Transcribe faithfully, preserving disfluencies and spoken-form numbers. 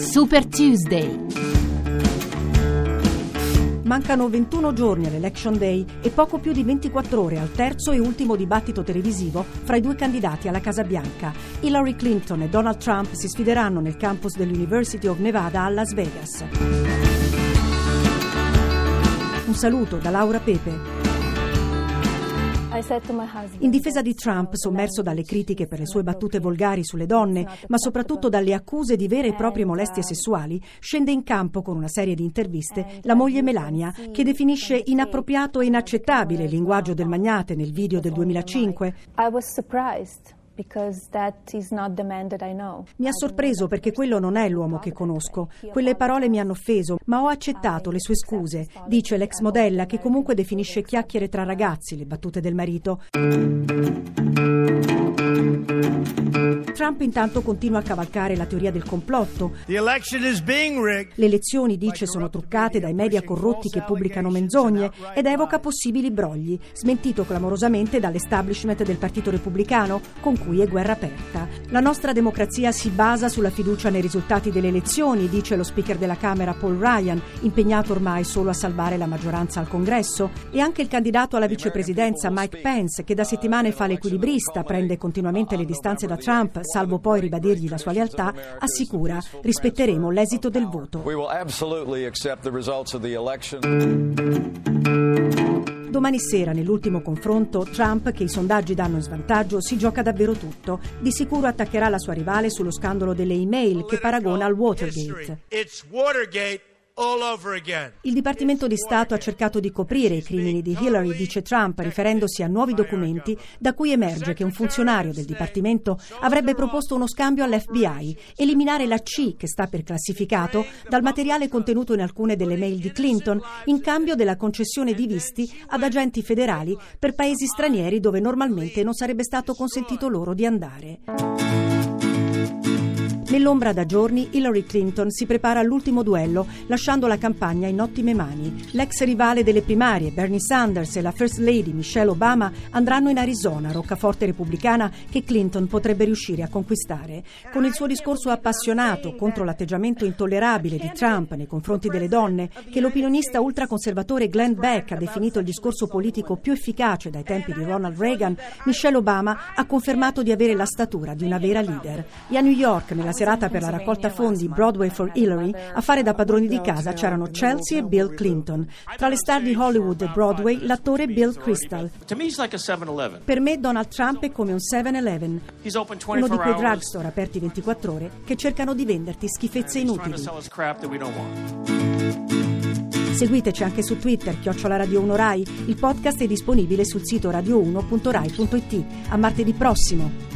Super Tuesday. Mancano ventuno giorni all'Election Day e poco più di ventiquattro ore al terzo e ultimo dibattito televisivo fra i due candidati alla Casa Bianca. Hillary Clinton e Donald Trump si sfideranno nel campus dell'University of Nevada a Las Vegas. Un saluto da Laura Pepe. In difesa di Trump, sommerso dalle critiche per le sue battute volgari sulle donne, ma soprattutto dalle accuse di vere e proprie molestie sessuali, scende in campo con una serie di interviste la moglie Melania, che definisce inappropriato e inaccettabile il linguaggio del magnate nel video del duemilacinque. Mi ha sorpreso perché quello non è l'uomo che conosco. Quelle parole mi hanno offeso, ma ho accettato le sue scuse, dice l'ex modella, che comunque definisce chiacchiere tra ragazzi le battute del marito. Trump intanto continua a cavalcare la teoria del complotto. Le elezioni, dice, sono truccate dai media corrotti che pubblicano menzogne ed evoca possibili brogli, smentito clamorosamente dall'establishment del Partito Repubblicano, con cui è guerra aperta. La nostra democrazia si basa sulla fiducia nei risultati delle elezioni, dice lo speaker della Camera Paul Ryan, impegnato ormai solo a salvare la maggioranza al Congresso, e anche il candidato alla vicepresidenza Mike Pence, che da settimane fa l'equilibrista, prende continuamente le distanze da Trump, salvo poi ribadirgli la sua lealtà, assicura: rispetteremo l'esito del voto. Domani sera, nell'ultimo confronto, Trump, che i sondaggi danno in svantaggio, si gioca davvero tutto. Di sicuro attaccherà la sua rivale sullo scandalo delle email che paragona al Watergate. Il Dipartimento di Stato ha cercato di coprire i crimini di Hillary, dice Trump, riferendosi a nuovi documenti da cui emerge che un funzionario del Dipartimento avrebbe proposto uno scambio all'F B I, eliminare la C, che sta per classificato, dal materiale contenuto in alcune delle mail di Clinton, in cambio della concessione di visti ad agenti federali per paesi stranieri dove normalmente non sarebbe stato consentito loro di andare. Nell'ombra da giorni, Hillary Clinton si prepara all'ultimo duello, lasciando la campagna in ottime mani. L'ex rivale delle primarie, Bernie Sanders, e la First Lady, Michelle Obama, andranno in Arizona, roccaforte repubblicana che Clinton potrebbe riuscire a conquistare. Con il suo discorso appassionato contro l'atteggiamento intollerabile di Trump nei confronti delle donne, che l'opinionista ultraconservatore Glenn Beck ha definito il discorso politico più efficace dai tempi di Ronald Reagan, Michelle Obama ha confermato di avere la statura di una vera leader. E a New York, nella serata per la raccolta fondi Broadway for Hillary, a fare da padroni di casa c'erano Chelsea e Bill Clinton. Tra le star di Hollywood e Broadway, l'attore Bill Crystal. Per me Donald Trump è come un seven eleven, uno di quei drugstore aperti ventiquattro ore che cercano di venderti schifezze inutili. Seguiteci anche su Twitter, chiocciola Radio uno Rai. Il podcast è disponibile sul sito radio uno punto rai punto it. A martedì prossimo!